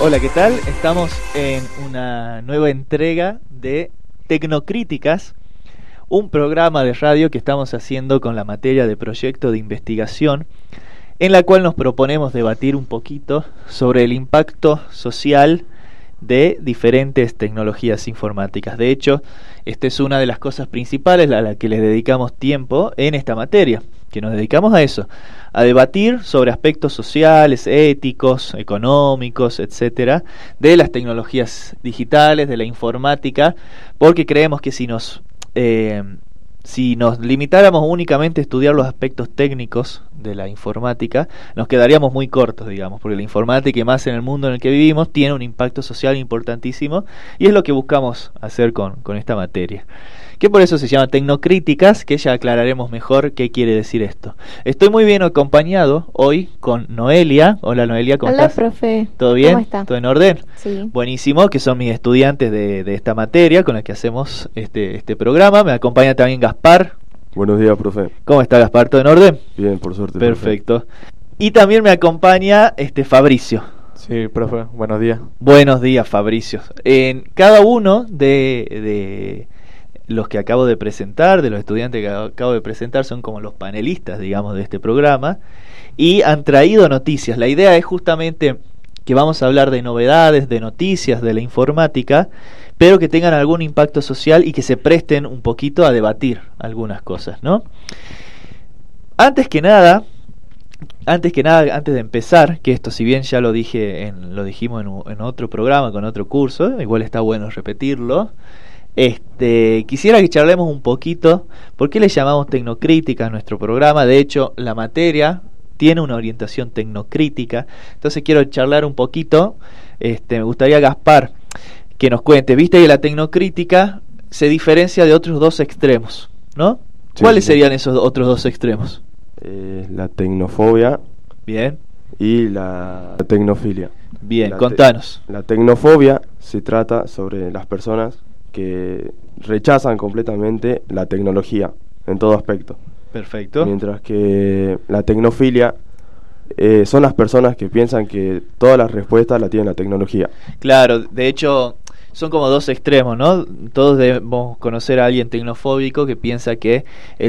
Hola, ¿qué tal? Estamos en una nueva entrega de Tecnocríticas, un programa de radio que estamos haciendo con la materia de proyecto de investigación, en la cual nos proponemos debatir un poquito sobre el impacto social de diferentes tecnologías informáticas. De hecho, esta es una de las cosas principales a la que les dedicamos tiempo en esta materia, que nos dedicamos a eso, a debatir sobre aspectos sociales, éticos, económicos, etcétera, de las tecnologías digitales, de la informática, porque creemos que si nos limitáramos únicamente a estudiar los aspectos técnicos de la informática, nos quedaríamos muy cortos, digamos, porque la informática, y más en el mundo en el que vivimos, tiene un impacto social importantísimo, y es lo que buscamos hacer con esta materia, que por eso se llama Tecnocríticas, que ya aclararemos mejor qué quiere decir esto. Estoy muy bien acompañado hoy con Noelia. Hola Noelia, ¿cómo estás? Hola, profe. ¿Todo bien? ¿Cómo está? ¿Todo en orden? Sí. Buenísimo, que son mis estudiantes de esta materia con la que hacemos este programa. Me acompaña también Gaspar. Buenos días, profe. ¿Cómo está Gaspar? ¿Todo en orden? Bien, por suerte. Perfecto. Profe. Y también me acompaña Fabricio. Sí, profe, buenos días. Buenos días, Fabricio. En cada uno de los que acabo de presentar, de los estudiantes que acabo de presentar, son como los panelistas, digamos, de este programa, y han traído noticias. La idea es justamente que vamos a hablar de novedades, de noticias de la informática, pero que tengan algún impacto social y que se presten un poquito a debatir algunas cosas, ¿no? Antes de empezar, que esto si bien ya lo dijimos en otro programa, con otro curso, igual está bueno repetirlo. Quisiera que charlemos un poquito por qué le llamamos Tecnocrítica a nuestro programa. De hecho, la materia tiene una orientación tecnocrítica, entonces quiero charlar un poquito. Me gustaría, Gaspar, que nos cuente. Viste que la tecnocrítica se diferencia de otros dos extremos, ¿no? Sí, ¿Cuáles sí. serían esos otros dos extremos? La tecnofobia. Bien. Y la tecnofilia. Bien, contanos. La tecnofobia se trata sobre las personas que rechazan completamente la tecnología en todo aspecto. Perfecto. Mientras que la tecnofilia son las personas que piensan que todas las respuestas la tiene la tecnología. Claro, de hecho son como dos extremos, ¿no? Todos debemos conocer a alguien tecnofóbico que piensa que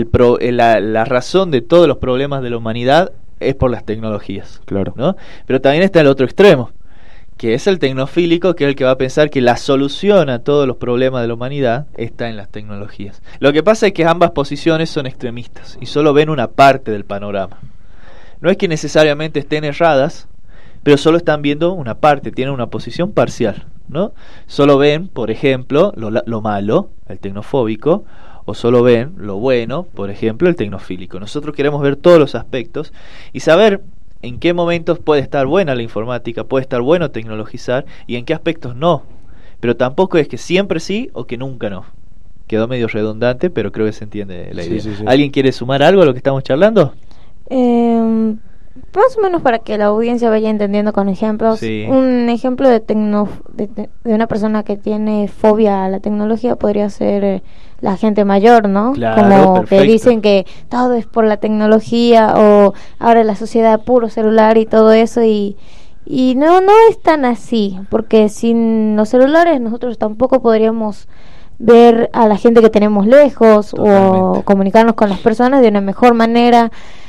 la razón de todos los problemas de la humanidad es por las tecnologías. Claro. ¿No? Pero también está el otro extremo, que es el tecnofílico, que es el que va a pensar que la solución a todos los problemas de la humanidad está en las tecnologías. Lo que pasa es que ambas posiciones son extremistas y solo ven una parte del panorama. No es que necesariamente estén erradas, pero solo están viendo una parte, tienen una posición parcial, ¿no? Solo ven, por ejemplo, lo malo, el tecnofóbico, o solo ven lo bueno, por ejemplo, el tecnofílico. Nosotros queremos ver todos los aspectos y saber en qué momentos puede estar buena la informática, puede estar bueno tecnologizar y en qué aspectos no. Pero tampoco es que siempre sí o que nunca no. Quedó medio redundante, pero creo que se entiende la idea. Sí. ¿Alguien quiere sumar algo a lo que estamos charlando? Más o menos para que la audiencia vaya entendiendo con ejemplos. Sí. Un ejemplo de una persona que tiene fobia a la tecnología podría ser la gente mayor, ¿no? Claro, como perfecto. que dicen que todo es por la tecnología, o ahora la sociedad puro celular y todo eso, y no es tan así, porque sin los celulares nosotros tampoco podríamos ver a la gente que tenemos lejos. Totalmente. O comunicarnos con las personas de una mejor manera.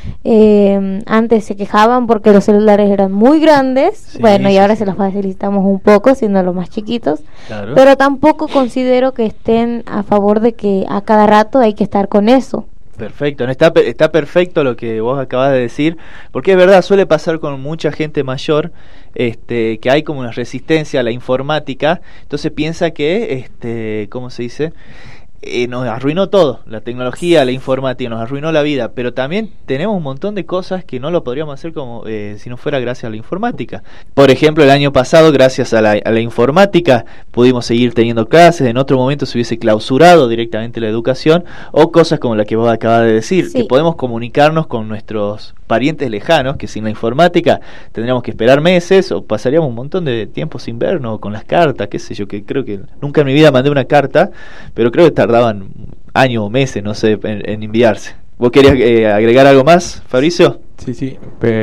Antes se quejaban porque los celulares eran muy grandes, sí, bueno, y sí, ahora sí. se los facilitamos un poco siendo los más chiquitos. Claro. Pero tampoco considero que estén a favor de que a cada rato hay que estar con eso. Perfecto, no, está perfecto lo que vos acabas de decir, porque es verdad, suele pasar con mucha gente mayor, que hay como una resistencia a la informática, entonces piensa que, ¿cómo se dice? Nos arruinó todo, la tecnología, la informática, nos arruinó la vida, pero también tenemos un montón de cosas que no lo podríamos hacer como si no fuera gracias a la informática. Por ejemplo, el año pasado, gracias a la informática, pudimos seguir teniendo clases, en otro momento se hubiese clausurado directamente la educación, o cosas como la que vos acabas de decir, Sí. que podemos comunicarnos con nuestros parientes lejanos, que sin la informática tendríamos que esperar meses, o pasaríamos un montón de tiempo sin vernos, con las cartas, qué sé yo, que creo que nunca en mi vida mandé una carta, pero creo que tardaban años o meses, no sé, en enviarse. ¿Vos querías agregar algo más, Fabricio? Sí,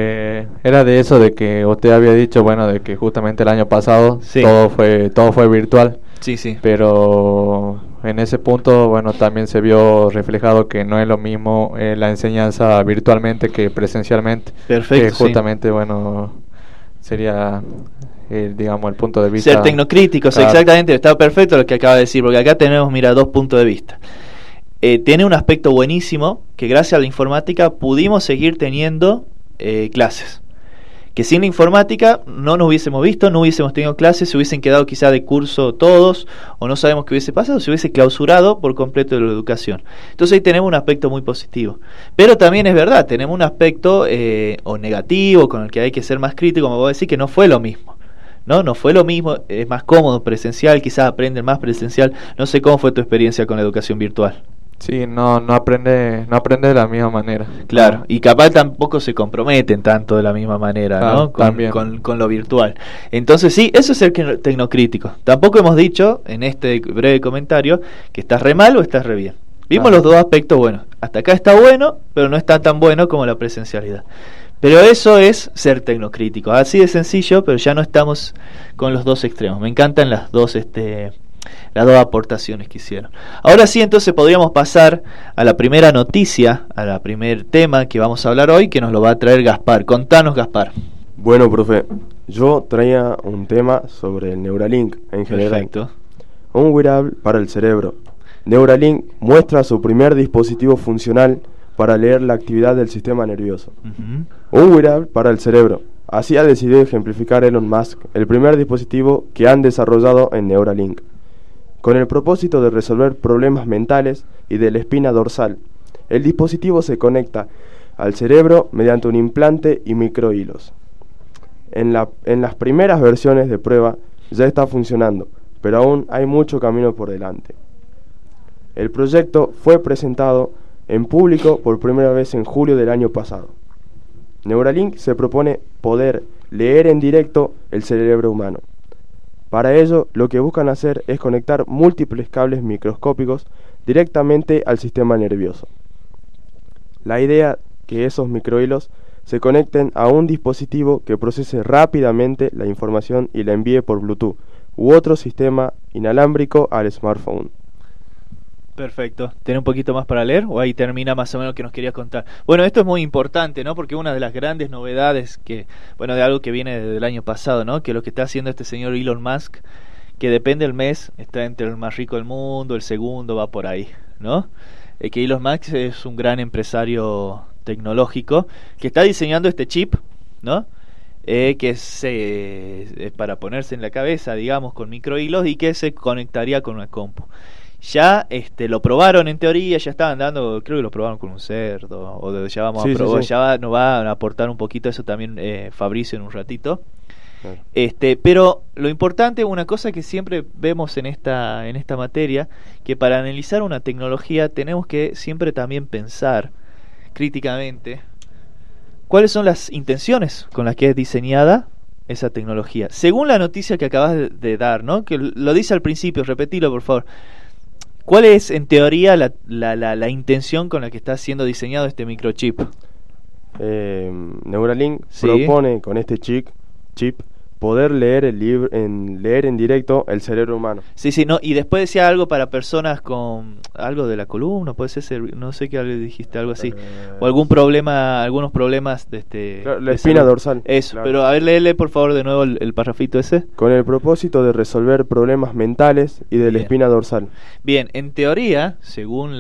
era de eso de que usted había dicho, bueno, de que justamente el año pasado Sí. todo fue virtual, Sí. pero en ese punto, bueno, también se vio reflejado que no es lo mismo la enseñanza virtualmente que presencialmente. Perfecto, Que sí. justamente, bueno, sería, digamos, el punto de vista. Ser tecnocríticos, Claro. exactamente, está perfecto lo que acaba de decir, porque acá tenemos, mira, dos puntos de vista. Tiene un aspecto buenísimo, que gracias a la informática pudimos seguir teniendo clases. Que sin la informática no nos hubiésemos visto, no hubiésemos tenido clases, se hubiesen quedado quizá de curso todos, o no sabemos qué hubiese pasado, se hubiese clausurado por completo de la educación. Entonces ahí tenemos un aspecto muy positivo. Pero también es verdad, tenemos un aspecto o negativo, con el que hay que ser más crítico, como vos decís, que no fue lo mismo. No fue lo mismo, es más cómodo presencial, quizás aprenden más presencial. No sé cómo fue tu experiencia con la educación virtual. Sí, no aprende de la misma manera. Claro, y capaz tampoco se comprometen tanto de la misma manera, Claro, ¿no? también. Con lo virtual. Entonces sí, eso es ser tecnocrítico. Tampoco hemos dicho en este breve comentario que estás re mal o estás re bien. Vimos Claro. los dos aspectos buenos. Hasta acá está bueno, pero no está tan bueno como la presencialidad. Pero eso es ser tecnocrítico. Así de sencillo, pero ya no estamos con los dos extremos. Me encantan las dos aportaciones que hicieron. Ahora sí, entonces podríamos pasar a la primera noticia, a la primer tema que vamos a hablar hoy, que nos lo va a traer Gaspar. Contanos, Gaspar. Bueno, profe, yo traía un tema sobre el Neuralink en general. Perfecto. Un wearable para el cerebro. Neuralink muestra su primer dispositivo funcional para leer la actividad del sistema nervioso. Ujú. Un wearable para el cerebro. Así ha decidido ejemplificar Elon Musk el primer dispositivo que han desarrollado en Neuralink, con el propósito de resolver problemas mentales y de la espina dorsal. El dispositivo se conecta al cerebro mediante un implante y microhilos. En las primeras versiones de prueba ya está funcionando, pero aún hay mucho camino por delante. El proyecto fue presentado en público por primera vez en julio del año pasado. Neuralink se propone poder leer en directo el cerebro humano. Para ello, lo que buscan hacer es conectar múltiples cables microscópicos directamente al sistema nervioso. La idea que esos microhilos se conecten a un dispositivo que procese rápidamente la información y la envíe por Bluetooth u otro sistema inalámbrico al smartphone. Perfecto. ¿Tiene un poquito más para leer? ¿O ahí termina más o menos lo que nos querías contar? Bueno, esto es muy importante, ¿no? Porque una de las grandes novedades de algo que viene desde el año pasado, ¿no? Que lo que está haciendo este señor Elon Musk, que depende del mes, está entre el más rico del mundo, el segundo, va por ahí, ¿no? Que Elon Musk es un gran empresario tecnológico que está diseñando este chip, ¿no? Que es para ponerse en la cabeza, digamos, con microhilos y que se conectaría con una compu. Ya lo probaron en teoría, ya estaban dando, creo que lo probaron con un cerdo, ya vamos a probar, sí. ya nos va a aportar un poquito eso también Fabricio en un ratito. Claro. Pero lo importante, una cosa que siempre vemos en esta materia, que para analizar una tecnología tenemos que siempre también pensar críticamente cuáles son las intenciones con las que es diseñada esa tecnología. Según la noticia que acabas de dar, ¿no? Que lo dice al principio, repetilo por favor. ¿Cuál es en teoría la intención con la que está siendo diseñado este microchip? Neuralink Sí. propone con este chip poder leer leer en directo el cerebro humano. Sí, no, y después decía algo para personas con algo de la columna, puede ser, no sé qué dijiste, algo así, o algunos problemas Claro, la de espina salud. dorsal. Eso, Claro. pero a ver, léele por favor de nuevo el parrafito ese. Con el propósito de resolver problemas mentales y de la Bien. espina dorsal. Bien, en teoría, según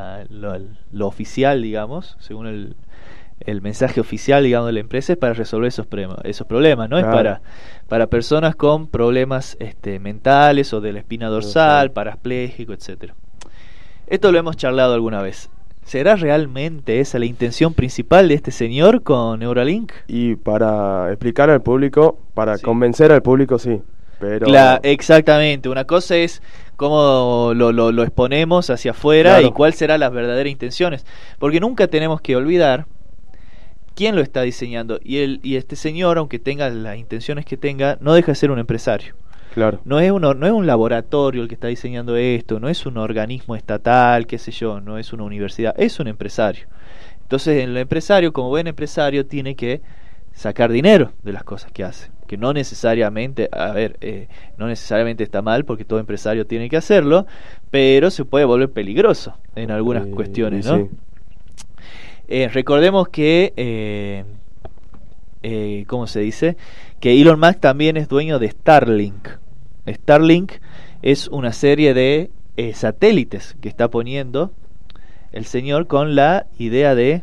lo oficial, digamos, según el mensaje oficial, digamos, de la empresa, es para resolver esos problemas, ¿no? Claro. Es para personas con problemas mentales o de la espina dorsal, parapléjico, etcétera. Esto lo hemos charlado alguna vez. ¿Será realmente esa la intención principal de este señor con Neuralink? Y para explicar al público, para Sí. convencer al público, sí. Pero Exactamente, una cosa es cómo lo exponemos hacia afuera, Claro. y cuál serán las verdaderas intenciones, porque nunca tenemos que olvidar quién lo está diseñando, y este señor, aunque tenga las intenciones que tenga, no deja de ser un empresario. claro. No es un laboratorio el que está diseñando esto, no es un organismo estatal, qué sé yo, no es una universidad, es un empresario. Entonces el empresario, como buen empresario, tiene que sacar dinero de las cosas que hace, que no necesariamente, no necesariamente está mal, porque todo empresario tiene que hacerlo, pero se puede volver peligroso en algunas cuestiones, ¿no? Sí. Recordemos que ¿cómo se dice? Que Elon Musk también es dueño de Starlink. Starlink es una serie de satélites que está poniendo el señor con la idea de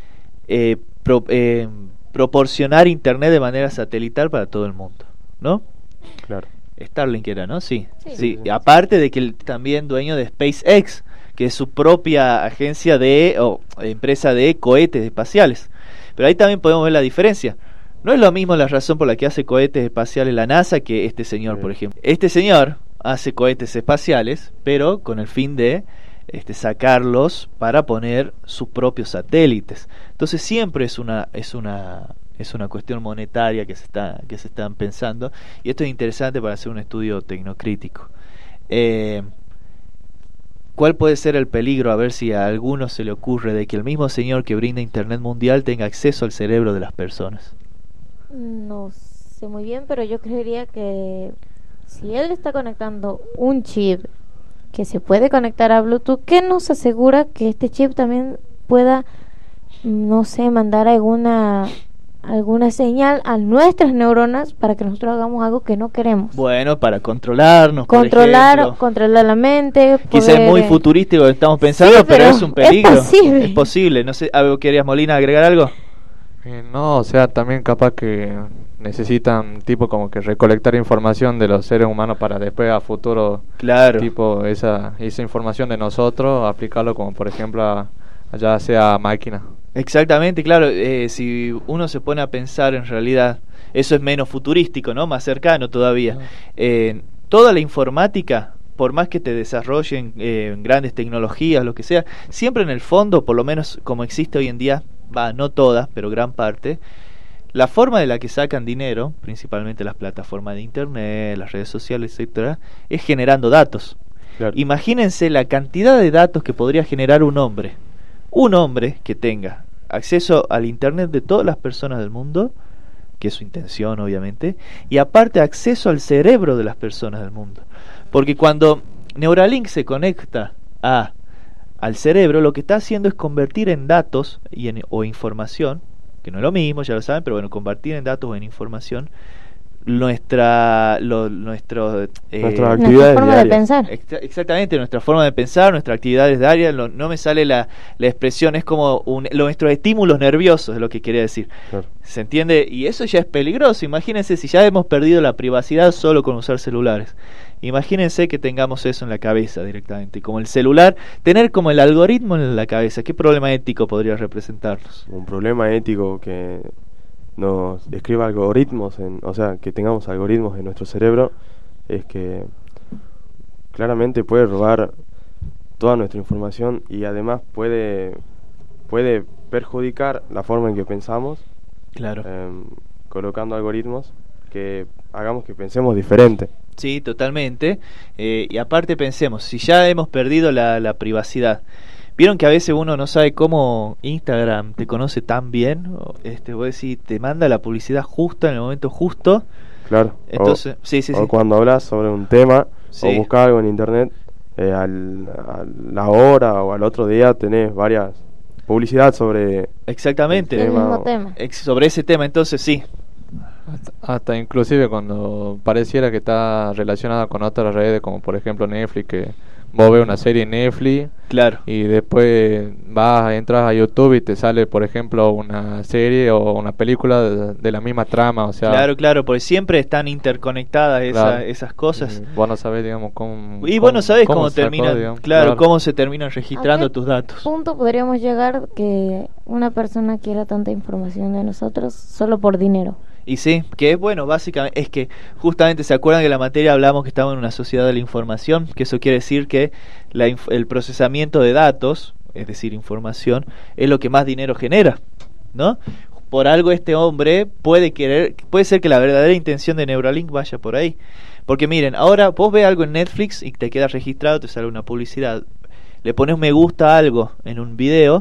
proporcionar internet de manera satelital para todo el mundo, ¿no? Claro. Starlink era, ¿no? Sí. Aparte de que él también dueño de SpaceX, que es su propia agencia empresa de cohetes espaciales. Pero ahí también podemos ver la diferencia. No es lo mismo la razón por la que hace cohetes espaciales la NASA que este señor, por ejemplo. Este señor hace cohetes espaciales, pero con el fin de sacarlos para poner sus propios satélites. Entonces siempre es una cuestión monetaria que se están pensando, y esto es interesante para hacer un estudio tecnocrítico. ¿Cuál puede ser el peligro? A ver si a alguno se le ocurre, de que el mismo señor que brinda internet mundial tenga acceso al cerebro de las personas. No sé muy bien, pero yo creería que si él está conectando un chip que se puede conectar a Bluetooth, ¿qué nos asegura que este chip también pueda, no sé, mandar alguna señal a nuestras neuronas para que nosotros hagamos algo que no queremos? Bueno, para controlarnos, controlar la mente. Quizás es muy futurístico lo que estamos pensando, sí, pero es un peligro. Es posible. No sé, ¿algo querías, Molina, agregar algo? No, o sea, también capaz que necesitan tipo como que recolectar información de los seres humanos para después a futuro, claro, tipo esa información de nosotros aplicarlo, como por ejemplo ya sea máquina. Exactamente, claro. Si uno se pone a pensar, en realidad eso es menos futurístico, ¿no? Más cercano todavía. Toda la informática, por más que te desarrollen grandes tecnologías, lo que sea, siempre en el fondo, por lo menos como existe hoy en día, no todas, pero gran parte, la forma de la que sacan dinero, principalmente las plataformas de internet, las redes sociales, etcétera, es generando datos. Claro. Imagínense la cantidad de datos que podría generar un hombre que tenga acceso al internet de todas las personas del mundo, que es su intención obviamente, y aparte acceso al cerebro de las personas del mundo, porque cuando Neuralink se conecta al cerebro, lo que está haciendo es convertir en datos o información, que no es lo mismo, ya lo saben, pero bueno, convertir en datos o en información nuestra actividades forma de pensar. Exactamente, nuestra forma de pensar, nuestras actividades diarias. No me sale la expresión, es como nuestros estímulos nerviosos, es lo que quería decir. Claro. ¿Se entiende? Y eso ya es peligroso. Imagínense si ya hemos perdido la privacidad solo con usar celulares. Imagínense que tengamos eso en la cabeza directamente, como el celular, tener como el algoritmo en la cabeza. ¿Qué problema ético podría representarnos? Un problema ético que nos escriba algoritmos, o sea, que tengamos algoritmos en nuestro cerebro, es que claramente puede robar toda nuestra información y además puede perjudicar la forma en que pensamos. Claro. Colocando algoritmos que hagamos que pensemos diferente. Sí, totalmente. Y aparte pensemos, si ya hemos perdido la privacidad, vieron que a veces uno no sabe cómo Instagram te conoce tan bien, vos decís, te manda la publicidad justo en el momento justo. Claro. Entonces, o cuando hablas sobre un tema, o buscas algo en internet, a la hora o al otro día tenés varias publicidad sobre exactamente el mismo tema. Sobre ese tema. Entonces sí, hasta inclusive cuando pareciera que está relacionada con otras redes, como por ejemplo Netflix, que vos ves una serie en Netflix, claro, y después entras a YouTube y te sale por ejemplo una serie o una película de la misma trama, o sea, claro, porque siempre están interconectadas esas cosas. Vos no sabés, digamos, cómo terminan, cómo se terminan registrando tus datos. ¿Punto podríamos llegar que una persona quiera tanta información de nosotros solo por dinero? Y sí, que es bueno, básicamente, es que justamente se acuerdan que en la materia hablamos que estamos en una sociedad de la información, que eso quiere decir que el procesamiento de datos, es decir, información, es lo que más dinero genera, ¿no? Por algo este hombre puede ser que la verdadera intención de Neuralink vaya por ahí. Porque miren, ahora vos ves algo en Netflix y te queda registrado, te sale una publicidad, le pones me gusta a algo en un video,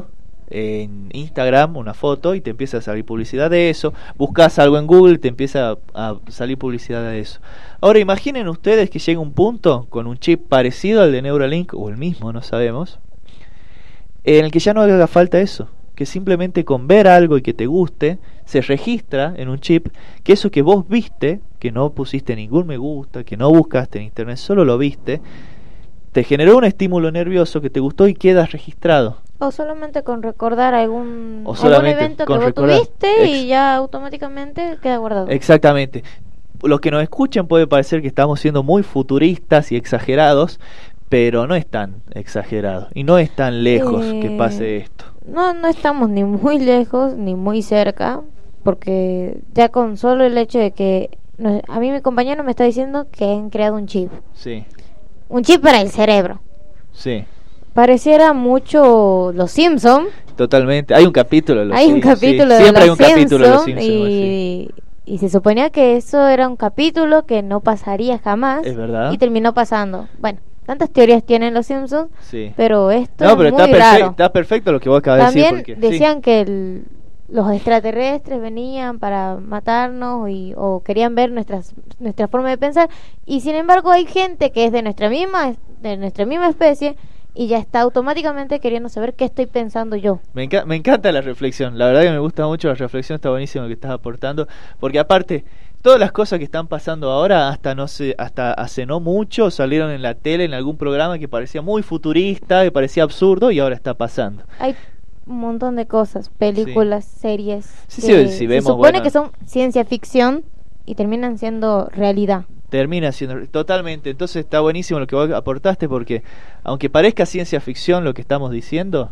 en Instagram una foto y te empieza a salir publicidad de eso. Buscas algo en Google y te empieza a salir publicidad de eso. Ahora imaginen ustedes que llega un punto con un chip parecido al de Neuralink, o el mismo, no sabemos, en el que ya no haga falta eso, que simplemente con ver algo y que te guste se registra en un chip que eso que vos viste, que no pusiste ningún me gusta, que no buscaste en internet, solo lo viste, te generó un estímulo nervioso que te gustó y quedas registrado. O solamente con recordar algún evento que con vos recordar. tuviste y ya automáticamente queda guardado. Exactamente. Los que nos escuchan puede parecer que estamos siendo muy futuristas y exagerados, pero no es tan exagerado y no es tan lejos que pase esto. No estamos ni muy lejos ni muy cerca, porque ya con solo el hecho de que a mí mi compañero me está diciendo que han creado un chip. Sí. Un chip para el cerebro. Sí. Pareciera mucho Los Simpson. Totalmente. Hay un capítulo de Los Hay un Simpsons, capítulo sí. de Siempre hay Los un capítulo de Los Simpson Simpsons. Sí. y se suponía que eso era un capítulo que no pasaría jamás. Es verdad. Y terminó pasando. Bueno, tantas teorías tienen Los Simpsons, Sí. pero esto No, pero es muy raro. está perfecto lo que vos acabas de También decir. Porque, decían que los extraterrestres venían para matarnos o querían ver nuestra forma de pensar, y sin embargo hay gente que es de nuestra misma especie y ya está automáticamente queriendo saber qué estoy pensando yo. Me encanta la reflexión, la verdad que me gusta mucho la reflexión, está buenísimo lo que estás aportando, porque aparte todas las cosas que están pasando ahora, hasta hace no mucho salieron en la tele en algún programa que parecía muy futurista, que parecía absurdo, y ahora está pasando. Hay un montón de cosas, películas, series Sí, que si vemos, se supone bueno, que son ciencia ficción y terminan siendo realidad. termina siendo totalmente. Entonces está buenísimo lo que vos aportaste, porque aunque parezca ciencia ficción lo que estamos diciendo,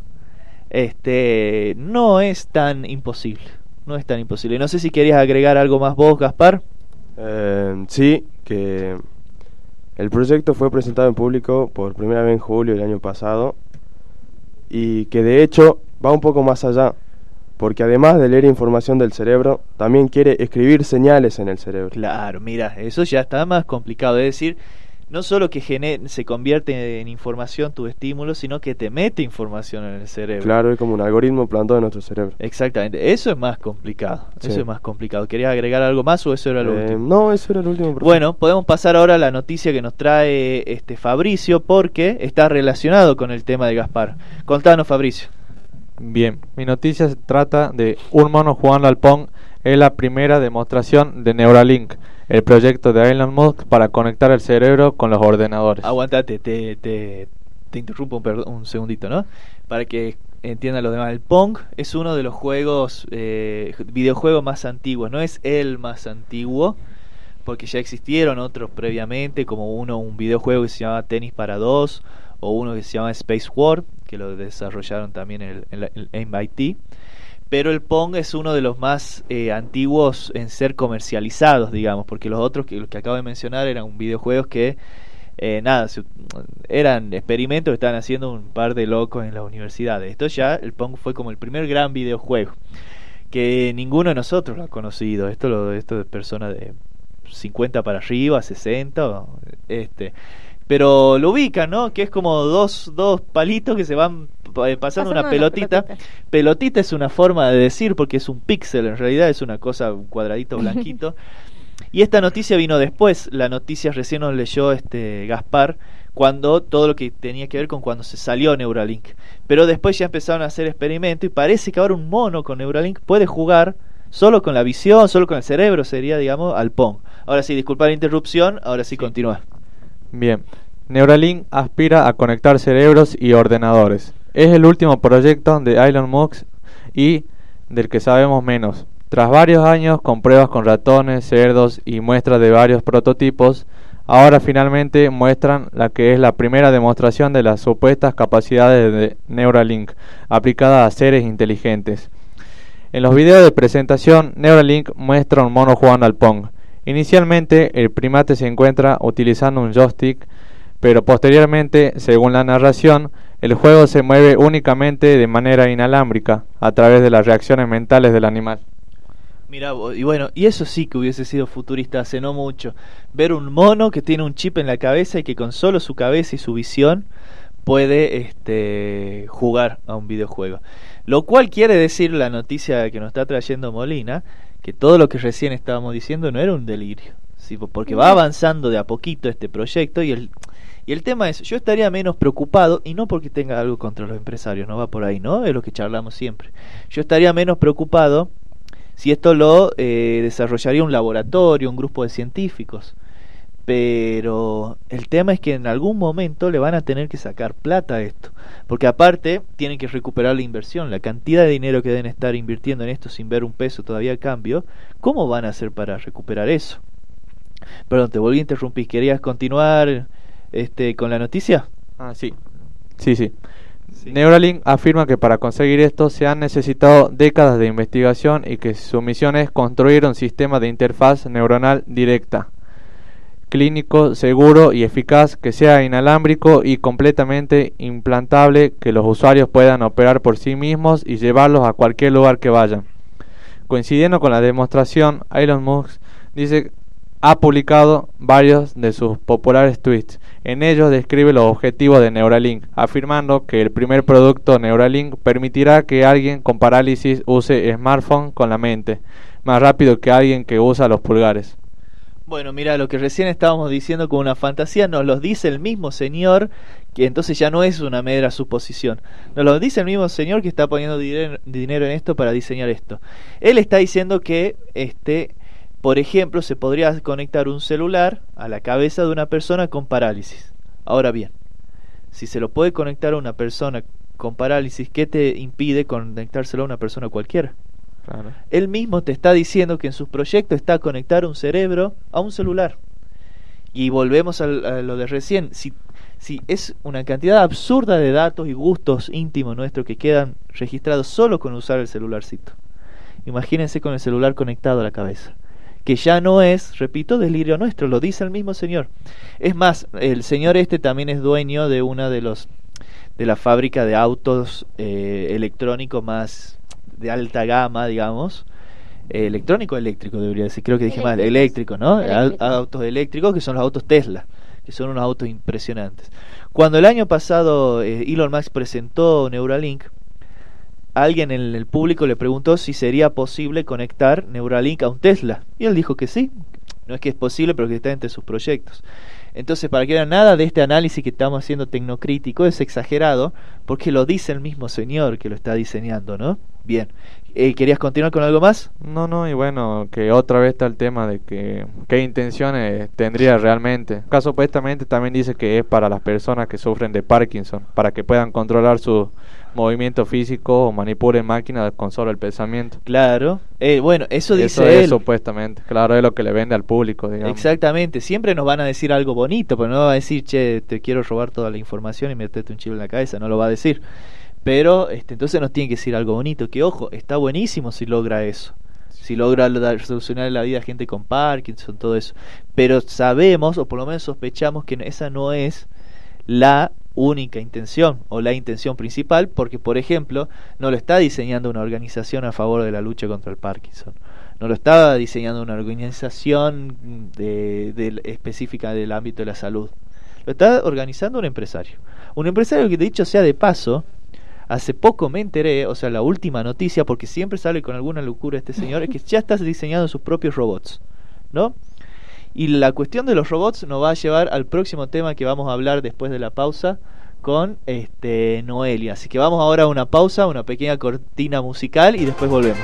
no es tan imposible. No es tan imposible. No sé si querías agregar algo más vos, Gaspar. Sí, que el proyecto fue presentado en público por primera vez en julio del año pasado, y que de hecho va un poco más allá, porque además de leer información del cerebro, también quiere escribir señales en el cerebro. Claro, mira, eso ya está más complicado. Es decir, no solo que se convierte en información tu estímulo, sino que te mete información en el cerebro. Claro, es como un algoritmo plantado en nuestro cerebro. Exactamente, eso es más complicado. Sí. Eso es más complicado. ¿Querías agregar algo más o eso era lo último? No, eso era el último. Bueno, podemos pasar ahora a la noticia que nos trae Fabricio, porque está relacionado con el tema de Gaspar. Contanos, Fabricio. Bien, mi noticia se trata de un mono jugando al Pong. Es la primera demostración de Neuralink, el proyecto de Elon Musk para conectar el cerebro con los ordenadores. Aguantate, te interrumpo un segundito, ¿no? Para que entiendan los demás. El Pong es uno de los videojuegos más antiguos. No es el más antiguo, porque ya existieron otros previamente, como un videojuego que se llamaba Tenis para Dos, o uno que se llama Space War, que lo desarrollaron también en el MIT. Pero el Pong es uno de los más antiguos en ser comercializados, digamos, porque los otros, los que acabo de mencionar, eran videojuegos que eran experimentos que estaban haciendo un par de locos en las universidades. Esto ya, el Pong fue como el primer gran videojuego que ninguno de nosotros lo ha conocido. Esto de personas de 50 para arriba, 60, pero lo ubican, ¿no? Que es como dos palitos que se van pasando una pelotita. Pelotita es una forma de decir, porque es un píxel, en realidad es una cosa, un cuadradito blanquito. Y esta noticia vino después. La noticia recién nos leyó Gaspar, cuando todo lo que tenía que ver con cuando se salió Neuralink. Pero después ya empezaron a hacer experimentos, y parece que ahora un mono con Neuralink puede jugar solo con la visión, solo con el cerebro, sería, digamos, al Pong. Ahora sí, disculpa la interrupción, ahora sí continúa. Bien, Neuralink aspira a conectar cerebros y ordenadores. Es el último proyecto de Elon Musk y del que sabemos menos. Tras varios años con pruebas con ratones, cerdos y muestras de varios prototipos, ahora finalmente muestran la que es la primera demostración de las supuestas capacidades de Neuralink aplicada a seres inteligentes. En los videos de presentación, Neuralink muestra un mono jugando al Pong. Inicialmente, el primate se encuentra utilizando un joystick, pero posteriormente, según la narración, el juego se mueve únicamente de manera inalámbrica, a través de las reacciones mentales del animal. Mira, y bueno, y eso sí que hubiese sido futurista hace no mucho. Ver un mono que tiene un chip en la cabeza y que con solo su cabeza y su visión puede jugar a un videojuego. Lo cual quiere decir la noticia que nos está trayendo Molina, que todo lo que recién estábamos diciendo no era un delirio, ¿sí? Porque va avanzando de a poquito este proyecto y el tema es, yo estaría menos preocupado, y no porque tenga algo contra los empresarios, no va por ahí, ¿no? Es lo que charlamos siempre. Yo estaría menos preocupado si esto lo desarrollaría un laboratorio, un grupo de científicos. Pero el tema es que en algún momento le van a tener que sacar plata a esto, porque aparte tienen que recuperar la inversión, la cantidad de dinero que deben estar invirtiendo en esto sin ver un peso todavía a cambio. ¿Cómo van a hacer para recuperar eso? Perdón, te volví a interrumpir. ¿Querías continuar con la noticia? Sí. Neuralink afirma que para conseguir esto se han necesitado décadas de investigación y que su misión es construir un sistema de interfaz neuronal directa, clínico, seguro y eficaz, que sea inalámbrico y completamente implantable, que los usuarios puedan operar por sí mismos y llevarlos a cualquier lugar que vayan. Coincidiendo con la demostración, Elon Musk dice ha publicado varios de sus populares tweets. En ellos describe los objetivos de Neuralink, afirmando que el primer producto Neuralink permitirá que alguien con parálisis use smartphone con la mente, más rápido que alguien que usa los pulgares. Bueno, mira, lo que recién estábamos diciendo con una fantasía nos lo dice el mismo señor, que entonces ya no es una mera suposición. Nos lo dice el mismo señor que está poniendo dinero en esto para diseñar esto. Él está diciendo que, por ejemplo, se podría conectar un celular a la cabeza de una persona con parálisis. Ahora bien, si se lo puede conectar a una persona con parálisis, ¿qué te impide conectárselo a una persona cualquiera? Claro. Él mismo te está diciendo que en sus proyectos está conectar un cerebro a un celular. Y volvemos a lo de recién. Si es una cantidad absurda de datos y gustos íntimos nuestros que quedan registrados solo con usar el celularcito. Imagínense con el celular conectado a la cabeza, que ya no es, repito, delirio nuestro, lo dice el mismo señor. Es más, el señor también es dueño de una de la fábrica de autos electrónicos más de alta gama, digamos. Electrónico debería decir, creo que dije mal, eléctrico, ¿no? Autos eléctricos, que son los autos Tesla, que son unos autos impresionantes. Cuando el año pasado Elon Musk presentó Neuralink, alguien en el público le preguntó si sería posible conectar Neuralink a un Tesla, y él dijo que sí. No es que es posible, pero que está entre sus proyectos. Entonces, para que vean, nada de este análisis que estamos haciendo tecnocrítico es exagerado, porque lo dice el mismo señor que lo está diseñando, ¿no? Bien. ¿Querías continuar con algo más? No, y bueno, que otra vez está el tema de que qué intenciones tendría realmente. Acá supuestamente también dice que es para las personas que sufren de Parkinson, para que puedan controlar su movimiento físico o manipulen máquinas con solo el pensamiento. Claro, bueno, eso dice es él. Supuestamente, claro, es lo que le vende al público, digamos. Exactamente, siempre nos van a decir algo bonito, pero no va a decir, che, te quiero robar toda la información y meterte un chip en la cabeza, no lo va a decir. Pero entonces nos tiene que decir algo bonito, que ojo, está buenísimo si logra eso, si logra solucionar la vida a gente con Parkinson, todo eso. Pero sabemos, o por lo menos sospechamos, que esa no es la única intención o la intención principal, porque por ejemplo no lo está diseñando una organización a favor de la lucha contra el Parkinson, no lo está diseñando una organización específica del ámbito de la salud, lo está organizando un empresario que, dicho sea de paso, hace poco me enteré, o sea, la última noticia, porque siempre sale con alguna locura este señor, es que ya está diseñando sus propios robots, ¿no? Y la cuestión de los robots nos va a llevar al próximo tema que vamos a hablar después de la pausa con Noelia. Así que vamos ahora a una pausa, una pequeña cortina musical y después volvemos.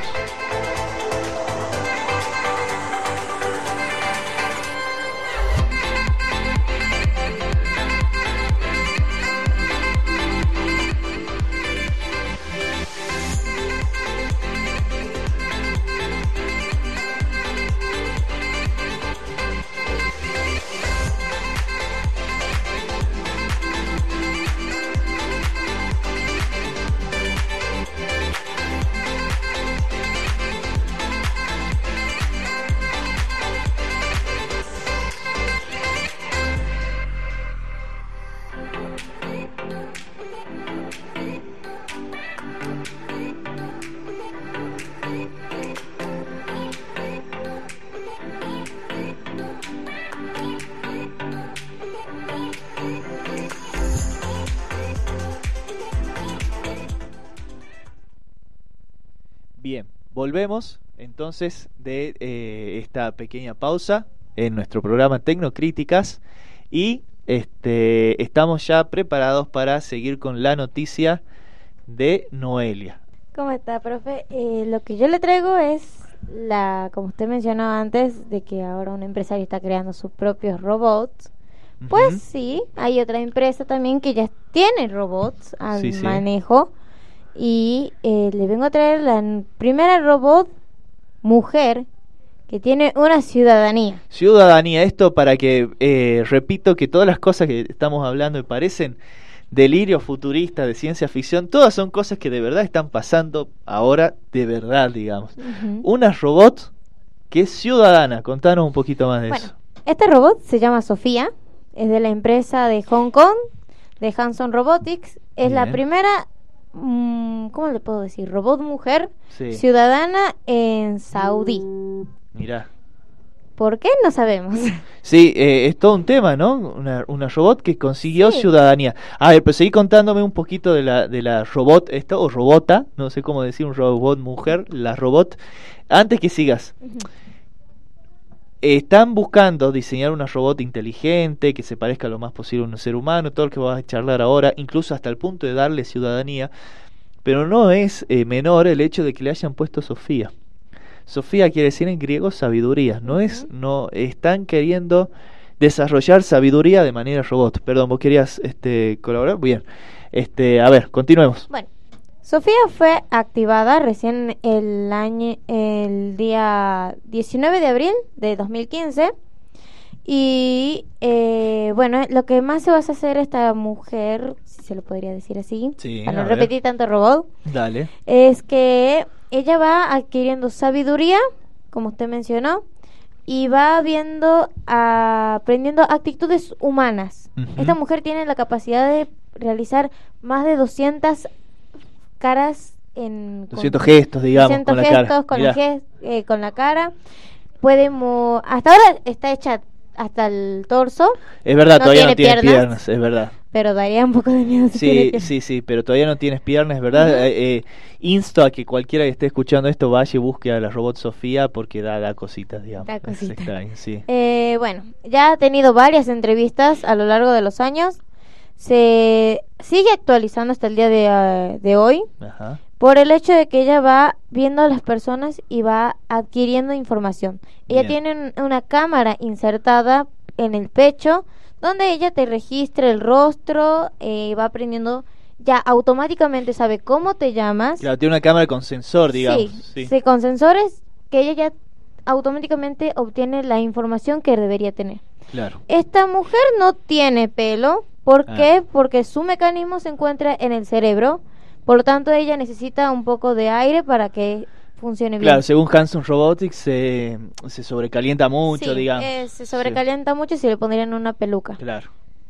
Volvemos entonces de esta pequeña pausa en nuestro programa Tecnocríticas y estamos ya preparados para seguir con la noticia de Noelia. ¿Cómo está, profe? Lo que yo le traigo es como usted mencionó antes, de que ahora un empresario está creando sus propios robots. Pues sí, hay otra empresa también que ya tiene robots al manejo. Y le vengo a traer la primera robot mujer que tiene una ciudadanía. Ciudadanía, esto para que, repito, que todas las cosas que estamos hablando me parecen delirio futurista de ciencia ficción, todas son cosas que de verdad están pasando ahora, de verdad, digamos. Una robot que es ciudadana, contanos un poquito más de eso. Este robot se llama Sofía, es de la empresa de Hong Kong, de Hanson Robotics, es la primera... ¿cómo le puedo decir? Robot mujer ciudadana en Saudí. Mirá. ¿Por qué? No sabemos. Sí, es todo un tema, ¿no? Una robot que consiguió ciudadanía. A ver, pero seguí contándome un poquito de la robot esta, o robota, no sé cómo decir, un robot mujer, la robot. Antes que sigas. Están buscando diseñar una robot inteligente que se parezca lo más posible a un ser humano, todo lo que vas a charlar ahora, incluso hasta el punto de darle ciudadanía, pero no es menor el hecho de que le hayan puesto Sofía. Sofía quiere decir en griego sabiduría, no están queriendo desarrollar sabiduría de manera robot. Perdón, ¿vos querías colaborar? Bien. A ver, continuemos. Bueno, Sofía fue activada recién el día 19 de abril de 2015 y lo que más se va a hacer esta mujer, si se lo podría decir así, para no repetir tanto robot, dale, es que ella va adquiriendo sabiduría, como usted mencionó, y va aprendiendo actitudes humanas. Esta mujer tiene la capacidad de realizar más de 200 caras 200 gestos, digamos, 200 con la gestos cara. Con la cara. Hasta ahora está hecha hasta el torso. Es verdad, no todavía no tiene piernas, es verdad. Pero daría un poco de miedo si tiene piernas. Sí, pero todavía no tienes piernas, es verdad. Insto a que cualquiera que esté escuchando esto vaya y busque a la robot Sofía porque da cositas, digamos. Da cositas. Extraño, sí. Ya ha tenido varias entrevistas a lo largo de los años. Se sigue actualizando hasta el día de hoy. Ajá. Por el hecho de que ella va viendo a las personas y va adquiriendo información. Ella tiene una cámara insertada en el pecho donde ella te registra el rostro, va aprendiendo, ya automáticamente sabe cómo te llamas. Claro, tiene una cámara con sensor, digamos. Sí, con sensores que ella ya automáticamente obtiene la información que debería tener. Claro. Esta mujer no tiene pelo. ¿Por qué? Porque su mecanismo se encuentra en el cerebro. Por lo tanto, ella necesita un poco de aire para que funcione bien. Claro, según Hanson Robotics se sobrecalienta mucho, digamos. Se sobrecalienta mucho si le pondrían una peluca. Claro.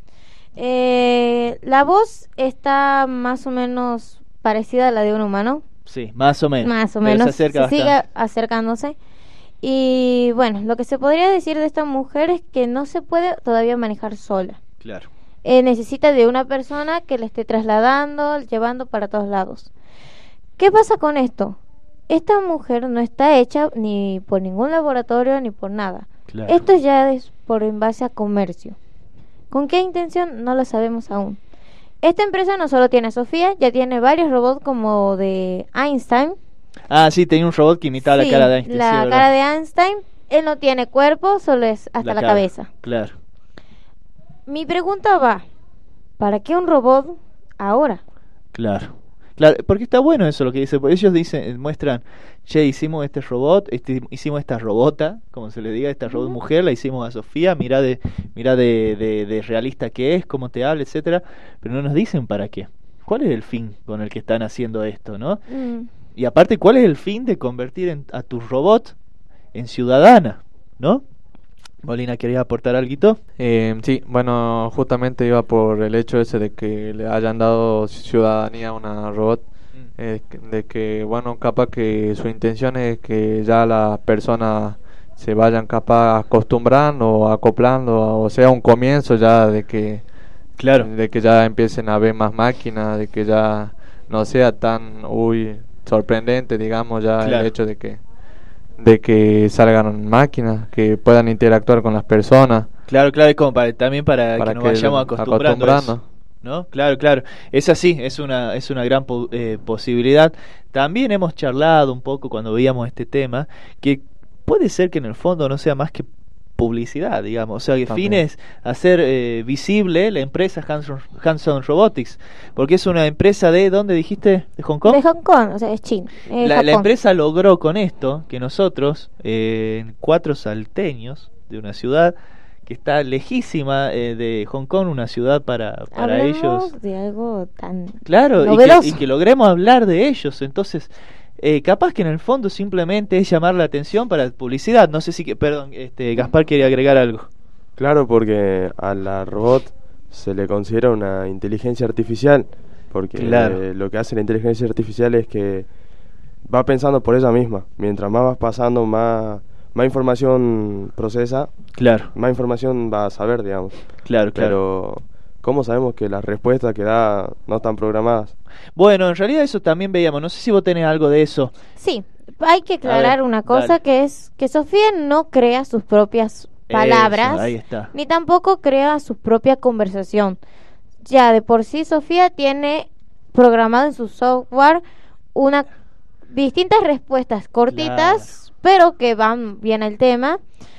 La voz está más o menos parecida a la de un humano. Sí, más o menos. Más o menos. Se sigue acercándose. Y bueno, lo que se podría decir de esta mujer es que no se puede todavía manejar sola. Claro. Necesita de una persona que le esté trasladando, llevando para todos lados. ¿Qué pasa con esto? Esta mujer no está hecha ni por ningún laboratorio ni por nada. Claro. Esto ya es en base a comercio. ¿Con qué intención? No lo sabemos aún. Esta empresa no solo tiene a Sofía, ya tiene varios robots como de Einstein. Ah, sí, tenía un robot que imitaba la cara de Einstein. La cara de Einstein. Él no tiene cuerpo, solo es hasta la cabeza. Claro. Mi pregunta va, ¿para qué un robot ahora? Claro, porque está bueno eso lo que dice, porque ellos muestran, hicimos este robot, hicimos esta robota, como se le diga, esta robot mujer, la hicimos a Sofía, mira de realista que es, cómo te habla, etcétera, pero no nos dicen para qué. ¿Cuál es el fin con el que están haciendo esto, no? Y aparte, ¿cuál es el fin de convertir a tu robot en ciudadana, no? Molina, ¿querías aportar algo? Sí, bueno, justamente iba por el hecho ese de que le hayan dado ciudadanía a una robot, de que, bueno, capaz que su intención es que ya las personas se vayan capaz acostumbrando o acoplando, o sea, un comienzo ya de que, claro, de que ya empiecen a ver más máquinas, de que ya no sea tan, sorprendente, digamos, ya Claro. el hecho de que salgan máquinas que puedan interactuar con las personas Claro, claro, es como también para para que nos que vayamos acostumbrando a eso, ¿no? Claro, claro. Es así, es una gran posibilidad. También hemos charlado un poco cuando veíamos este tema, que puede ser que en el fondo no sea más que publicidad, digamos. O sea, que También. fines hacer visible la empresa Hanson Robotics, porque es una empresa de, ¿dónde dijiste? ¿De Hong Kong? De Hong Kong, o sea, es China. La Japón. empresa logró con esto que nosotros, 4 salteños de una ciudad que está lejísima de Hong Kong, una ciudad para Hablamos ellos. de algo tan Claro, novedoso. y que logremos hablar de ellos. Entonces, capaz que en el fondo simplemente es llamar la atención para publicidad. No sé si, perdón, Gaspar quería agregar algo. Claro, porque a la robot se le considera una inteligencia artificial, porque Claro. lo que hace la inteligencia artificial es que va pensando por ella misma. Mientras más vas pasando, más información procesa, Claro, más información va a saber, digamos. claro. Pero, ¿cómo sabemos que las respuestas que da no están programadas? Bueno, en realidad eso también veíamos. No sé si vos tenés algo de eso. Sí, hay que aclarar ver, una cosa, dale. que es que Sofía no crea sus propias palabras, Eso, ahí está. ni tampoco crea su propia conversación. Ya de por sí Sofía tiene programado en su software una distintas respuestas cortitas, pero que van bien al tema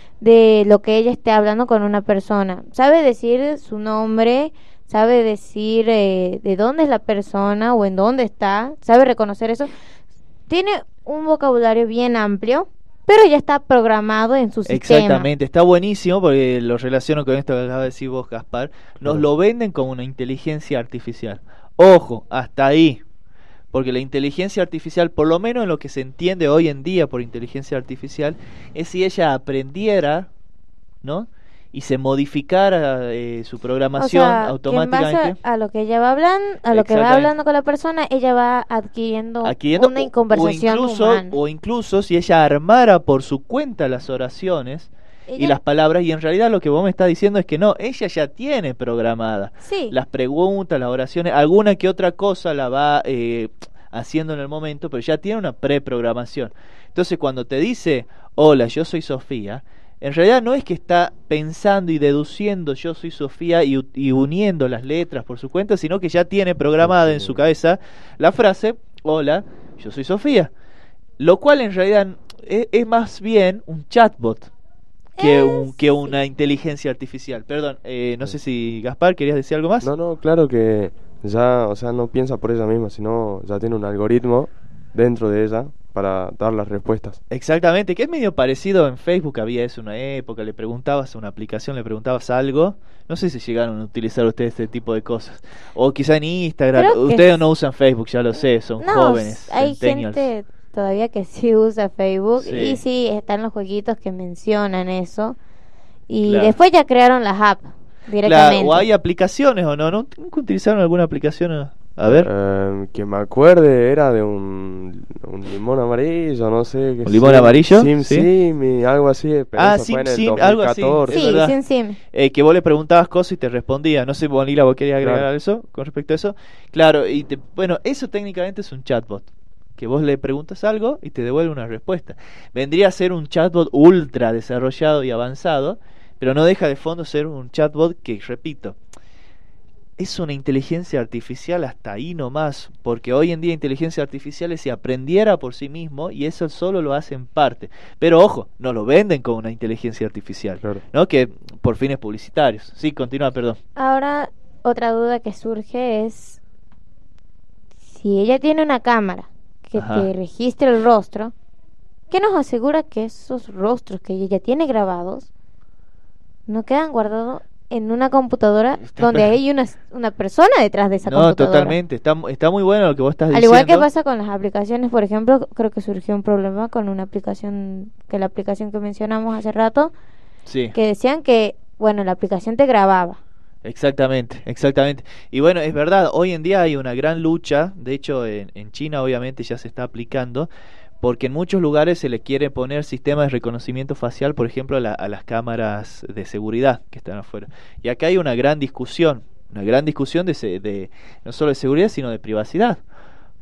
de lo que ella esté hablando con una persona. Sabe decir su nombre, sabe decir de dónde es la persona o en dónde está, sabe reconocer eso. Tiene un vocabulario bien amplio, pero ya está programado en su sistema. Exactamente, está buenísimo porque lo relaciono con esto que acabas de decir vos, Gaspar. Nos lo venden como una inteligencia artificial. Ojo, hasta ahí. Porque la inteligencia artificial, por lo menos en lo que se entiende hoy en día por inteligencia artificial, es si ella aprendiera, ¿no? Y se modificara su O programación sea, que en automáticamente. base a lo que ella va hablando, a lo que va Exactamente. hablando con la persona, ella va adquiriendo Adquiriendo una conversación humana. o incluso si ella armara por su cuenta las oraciones y Ella- las palabras, y en realidad lo que vos me estás diciendo es que no, ella ya tiene programada Sí. las preguntas, las oraciones, alguna que otra cosa la va haciendo en el momento, pero ya tiene una preprogramación. Entonces cuando te dice, hola, yo soy Sofía, en realidad no es que está pensando y deduciendo yo soy Sofía y uniendo las letras por su cuenta, sino que ya tiene programada en su cabeza la frase, hola, yo soy Sofía. Lo cual en realidad es más bien un chatbot que una inteligencia artificial. Perdón, no sé si Gaspar, ¿querías decir algo más? No, claro que ya, o sea, no piensa por ella misma, sino ya tiene un algoritmo dentro de ella para dar las respuestas. Exactamente, que es medio parecido en Facebook, había eso una época, le preguntabas a una aplicación, le preguntabas algo, no sé si llegaron a utilizar ustedes este tipo de cosas, o quizá en Instagram, Creo que ustedes sí. no usan Facebook, ya lo sé, son No, jóvenes, hay centennials. gente todavía que sí usa Facebook Sí. y sí están los jueguitos que mencionan eso y Claro. después ya crearon las apps directamente. Claro, o hay aplicaciones o no, ¿nunca utilizaron alguna aplicación? A ver, Que me acuerde era de un limón amarillo, no sé. ¿Un limón amarillo? Sim, Sí. Sim, y algo así. Pero Ah, eso fue en Sim, el algo así. 2014. es Sí, verdad. sí. Que vos le preguntabas cosas y te respondía. No sé, Bonila, vos querías agregar Claro. eso con respecto a eso. Claro, bueno, eso técnicamente es un chatbot. Que vos le preguntas algo y te devuelve una respuesta. Vendría a ser un chatbot ultra desarrollado y avanzado, pero no deja de fondo ser un chatbot que, repito, es una inteligencia artificial hasta ahí nomás, porque hoy en día inteligencia artificial es si aprendiera por sí mismo y eso solo lo hace en parte. Pero ojo, no lo venden como una inteligencia artificial, Claro. ¿no? Que por fines publicitarios. Sí, continúa, perdón. Ahora otra duda que surge es si ella tiene una cámara que Ajá. te registre el rostro, ¿qué nos asegura que esos rostros que ella tiene grabados no quedan guardados en una computadora Está donde per- hay una persona detrás de esa No, computadora? totalmente. Está muy bueno lo que vos estás Al diciendo. igual que pasa con las aplicaciones, por ejemplo, creo que surgió un problema con una aplicación, que la aplicación que mencionamos hace rato, Sí. que decían que, bueno, la aplicación te grababa. Exactamente, exactamente. Y bueno, es verdad, hoy en día hay una gran lucha, de hecho en China obviamente ya se está aplicando, porque en muchos lugares se le quiere poner sistemas de reconocimiento facial, por ejemplo, a las cámaras de seguridad que están afuera. Y acá hay una gran discusión de no solo de seguridad, sino de privacidad.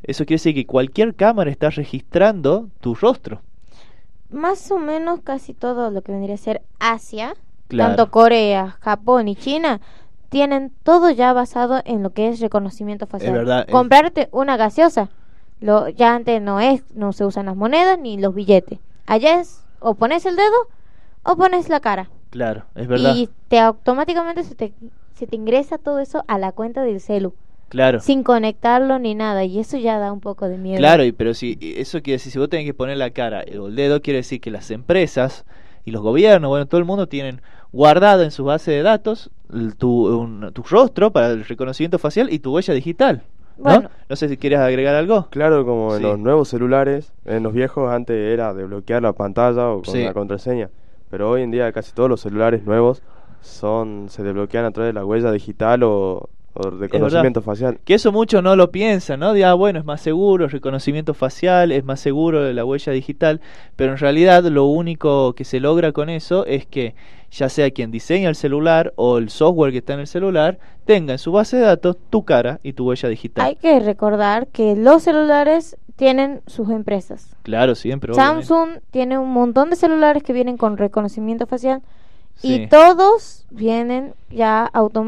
Eso quiere decir que cualquier cámara está registrando tu rostro. Más o menos casi todo lo que vendría a ser Asia, Claro. tanto Corea, Japón y China, tienen todo ya basado en lo que es reconocimiento facial. Es verdad, Comprarte una gaseosa, ya antes no se usan las monedas ni los billetes. Allá es o pones el dedo o pones la cara. Claro, es verdad. Y automáticamente se te ingresa todo eso a la cuenta del celu, Claro. sin conectarlo ni nada, y eso ya da un poco de miedo. Claro, pero si eso quiere decir, si vos tenés que poner la cara o el dedo, quiere decir que las empresas y los gobiernos, bueno, todo el mundo tienen guardado en su base de datos tu rostro para el reconocimiento facial y tu huella digital, ¿no? Bueno. No sé si quieres agregar algo. Claro, como en Sí. los nuevos celulares, en los viejos antes era de bloquear la pantalla o con Sí. una contraseña, pero hoy en día casi todos los celulares nuevos se desbloquean a través de la huella digital o reconocimiento facial. Que eso muchos no lo piensan, ¿no? Bueno, es más seguro el reconocimiento facial, es más seguro la huella digital, pero en realidad lo único que se logra con eso es que ya sea quien diseña el celular o el software que está en el celular tenga en su base de datos tu cara y tu huella digital. Hay que recordar que los celulares tienen sus empresas. Claro, siempre. obviamente. Samsung tiene un montón de celulares que vienen con reconocimiento facial Sí. y todos vienen ya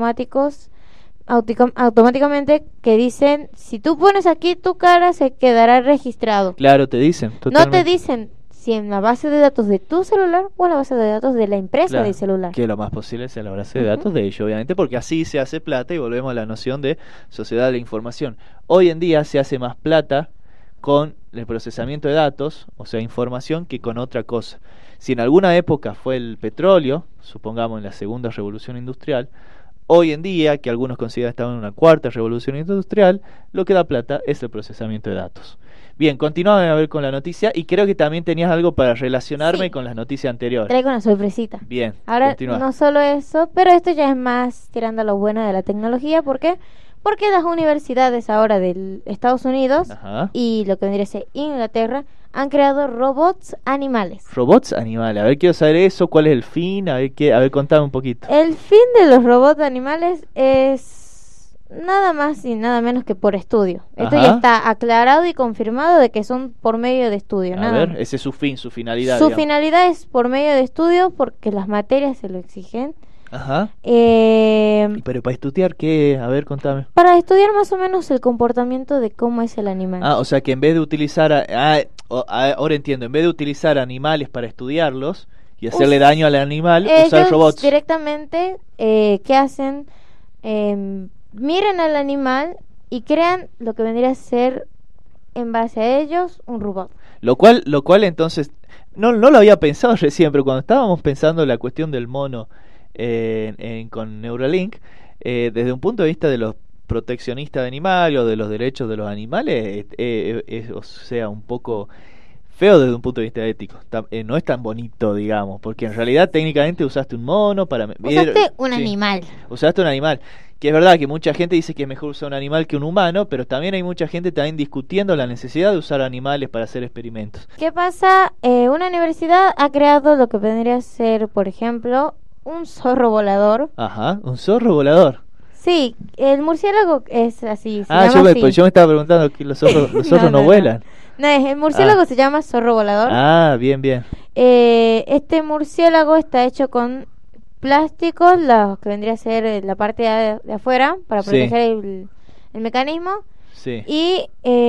automáticamente que dicen, si tú pones aquí tu cara se quedará registrado. Claro, te dicen. No Totalmente. te dicen si en la base de datos de tu celular o en la base de datos de la empresa Claro, del celular. que lo más posible sea la base de Ujú. datos de ellos, obviamente, porque así se hace plata y volvemos a la noción de sociedad de la información. Hoy en día se hace más plata con el procesamiento de datos, o sea, información, que con otra cosa. Si en alguna época fue el petróleo, supongamos en la segunda revolución industrial, hoy en día, que algunos consideran que estamos en una cuarta revolución industrial, lo que da plata es el procesamiento de datos. Bien, continuamos a ver con la noticia y creo que también tenías algo para relacionarme Sí. con las noticias anteriores. Traigo una sorpresita. Bien, Ahora, continúa. no solo eso, pero esto ya es más tirando a lo bueno de la tecnología. ¿Por qué? Porque las universidades ahora de Estados Unidos Ajá. y lo que vendría a ser Inglaterra han creado robots animales. Robots animales, a ver, quiero saber eso, cuál es el fin, a ver, contame un poquito. El fin de los robots animales es nada más y nada menos que por estudio. Esto Ajá. ya está aclarado y confirmado de que son por medio de estudio. A Nada ver, más. ese es su fin, su finalidad. Su digamos. finalidad es por medio de estudio porque las materias se lo exigen. Ajá. Eh, Pero para estudiar, ¿qué? A ver, contame. para estudiar más o menos el comportamiento de cómo es el animal. Ah, o sea que en vez de utilizar, ahora entiendo, en vez de utilizar animales para estudiarlos y hacerle daño al animal, usar Ellos robots. directamente, ¿qué hacen? Miran al animal y crean lo que vendría a ser, en base a ellos, un robot. Lo cual entonces, no lo había pensado recién, pero cuando estábamos pensando la cuestión del mono con Neuralink, desde un punto de vista de los proteccionistas de animales o de los derechos de los animales, o sea, un poco feo desde un punto de vista ético. No es tan bonito, digamos, porque en realidad técnicamente usaste un mono para... Usaste un sí, animal. usaste un animal. Que es verdad que mucha gente dice que es mejor usar un animal que un humano, pero también hay mucha gente también discutiendo la necesidad de usar animales para hacer experimentos. ¿Qué pasa? Una universidad ha creado lo que vendría a ser, por ejemplo, un zorro volador. Ajá, un zorro volador. Sí, el murciélago es así. Se Ah, llama así. pues yo me estaba preguntando que los zorros no vuelan. No, el murciélago se llama zorro volador. Ah, bien, bien. Este murciélago está hecho con plásticos, lo que vendría a ser la parte de afuera para Sí. proteger el mecanismo. Sí. Y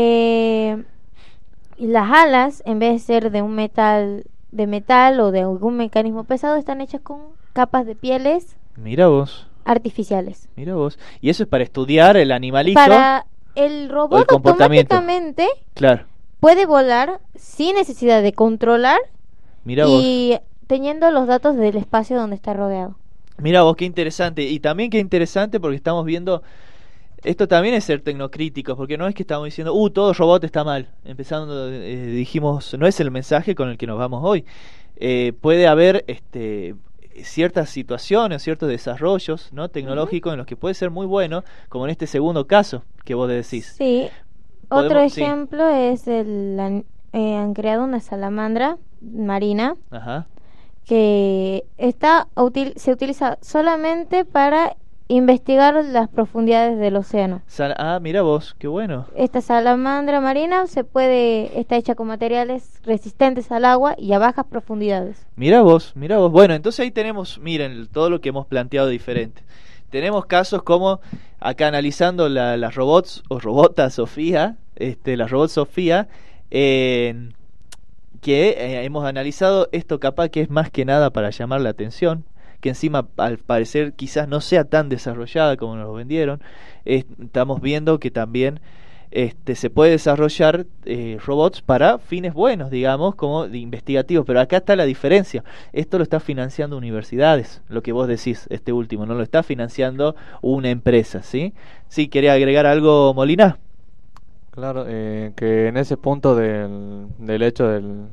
las alas, en vez de ser de un metal o de algún mecanismo pesado, están hechas con capas de pieles Mira vos, artificiales. mira vos. Y eso es para estudiar el animalito. Para el robot el comportamiento. automáticamente Claro. puede volar sin necesidad de controlar Mira vos. y teniendo los datos del espacio donde está rodeado. Mira vos, qué interesante. Y también qué interesante porque estamos viendo... Esto también es ser tecnocríticos, porque no es que estamos diciendo, todo robot está mal. Empezando, dijimos, no es el mensaje con el que nos vamos hoy. Puede haber ciertas situaciones, ciertos desarrollos, ¿no?, tecnológicos en los que puede ser muy bueno, como en este segundo caso que vos decís. Sí. Otro Sí. ejemplo es han creado una salamandra marina Ajá. que se utiliza solamente para investigar las profundidades del océano. Mira vos, qué bueno. Esta salamandra marina está hecha con materiales resistentes al agua y a bajas profundidades. Mira vos. Bueno, entonces ahí tenemos, miren, todo lo que hemos planteado diferente. Tenemos casos como acá analizando las robots o robota Sofía, la robot Sofía, que hemos analizado esto capaz que es más que nada para llamar la atención, que encima al parecer quizás no sea tan desarrollada como nos lo vendieron. Estamos viendo que también se puede desarrollar robots para fines buenos, digamos, como de investigativos, pero acá está la diferencia. Esto lo está financiando universidades, lo que vos decís, último, no lo está financiando una empresa, ¿sí? Sí, ¿quería agregar algo, Molina? Claro, que en ese punto del hecho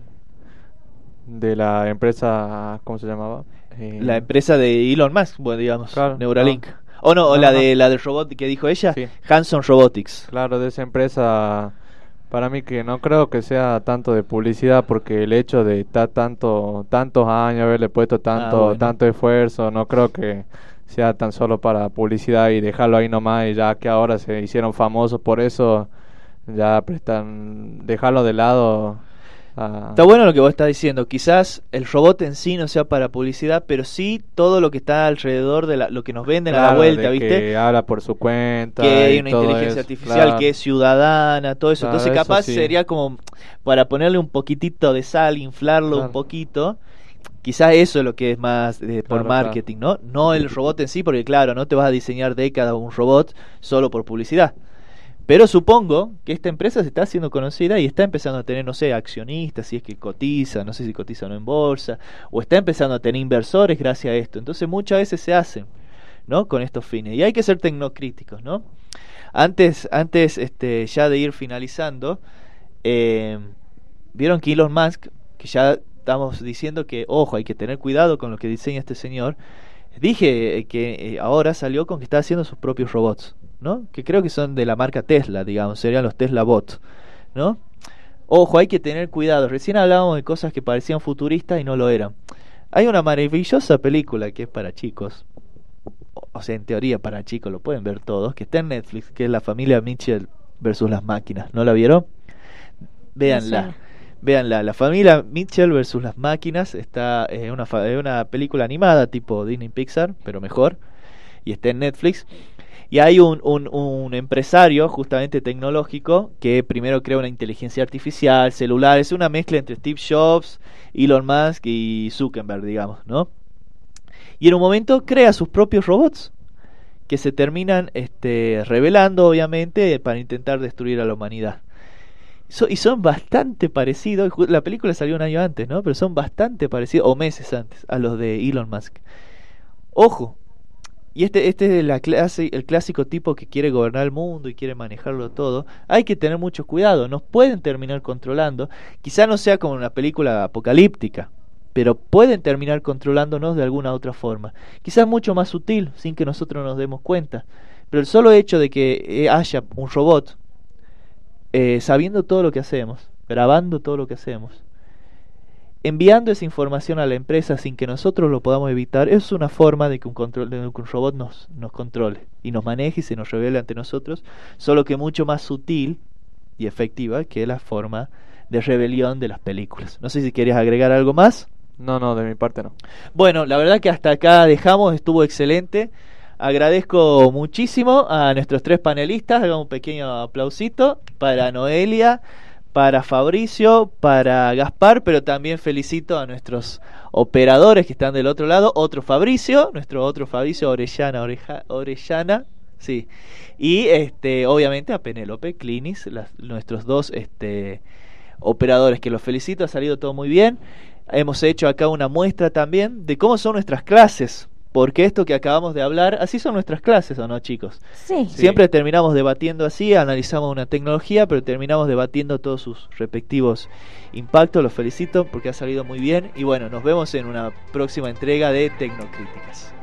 de la empresa, ¿cómo se llamaba? La empresa de Elon Musk, bueno, digamos, claro, Neuralink. La del robot que dijo ella, sí. Hanson Robotics. Claro, de esa empresa, para mí que no creo que sea tanto de publicidad, porque el hecho de estar tantos años, haberle puesto tanto esfuerzo, no creo que sea tan solo para publicidad y dejarlo ahí nomás, y ya que ahora se hicieron famosos por eso, ya dejarlo de lado. Está bueno lo que vos estás diciendo. Quizás el robot en sí no sea para publicidad, pero sí todo lo que está alrededor de lo que nos venden a la vuelta, ¿viste? Que habla por su cuenta, que hay una inteligencia artificial, que es ciudadana, todo eso. Entonces capaz sería como para ponerle un poquitito de sal, inflarlo un poquito. Quizás eso es lo que es más por marketing, ¿no? No el robot en sí, porque claro, no te vas a diseñar décadas un robot solo por publicidad. Pero supongo que esta empresa se está haciendo conocida y está empezando a tener, no sé, accionistas, si es que cotiza, no sé si cotiza o no en bolsa, o está empezando a tener inversores gracias a esto. Entonces muchas veces se hacen, ¿no? Con estos fines. Y hay que ser tecnocríticos, ¿no? Antes ya de ir finalizando, vieron que Elon Musk, que ya estamos diciendo que, ojo, hay que tener cuidado con lo que diseña este señor. Dije que ahora salió con que está haciendo sus propios robots, ¿no? Que creo que son de la marca Tesla, digamos, serían los Tesla Bot, ¿no? Ojo, hay que tener cuidado. Recién hablábamos de cosas que parecían futuristas y no lo eran. Hay una maravillosa película que es para chicos, o sea, en teoría para chicos, lo pueden ver todos, que está en Netflix, que es La familia Mitchell versus las máquinas. ¿No la vieron? Véanla. No sé. Véanla, La familia Mitchell versus las máquinas. Está una película animada tipo Disney Pixar, pero mejor, y está en Netflix. Y hay un empresario justamente tecnológico que primero crea una inteligencia artificial, celular, es una mezcla entre Steve Jobs, Elon Musk y Zuckerberg, digamos, ¿no? Y en un momento crea sus propios robots que se terminan rebelando, obviamente, para intentar destruir a la humanidad. Y son bastante parecidos, la película salió un año antes, ¿no? Pero son bastante parecidos, o meses antes, a los de Elon Musk. Ojo. Y este es el clásico tipo que quiere gobernar el mundo y quiere manejarlo todo. Hay que tener mucho cuidado, nos pueden terminar controlando. Quizá no sea como una película apocalíptica, pero pueden terminar controlándonos de alguna otra forma. Quizás mucho más sutil, sin que nosotros nos demos cuenta. Pero el solo hecho de que haya un robot sabiendo todo lo que hacemos, grabando todo lo que hacemos, enviando esa información a la empresa sin que nosotros lo podamos evitar, es una forma de que un robot nos controle y nos maneje y se nos revele ante nosotros, solo que mucho más sutil y efectiva que la forma de rebelión de las películas. No sé si querías agregar algo más. No, de mi parte no. Bueno, la verdad que hasta acá dejamos, estuvo excelente. Agradezco muchísimo a nuestros tres panelistas. Hago un pequeño aplausito para Noelia, para Fabricio, para Gaspar, pero también felicito a nuestros operadores que están del otro lado, nuestro otro Fabricio Orellana, sí, y obviamente a Penélope Clinis, nuestros dos operadores, que los felicito, ha salido todo muy bien. Hemos hecho acá una muestra también de cómo son nuestras clases. Porque esto que acabamos de hablar, así son nuestras clases, ¿o no, chicos? Sí. Siempre terminamos debatiendo así, analizamos una tecnología, pero terminamos debatiendo todos sus respectivos impactos. Los felicito porque ha salido muy bien. Y bueno, nos vemos en una próxima entrega de Tecnocríticas.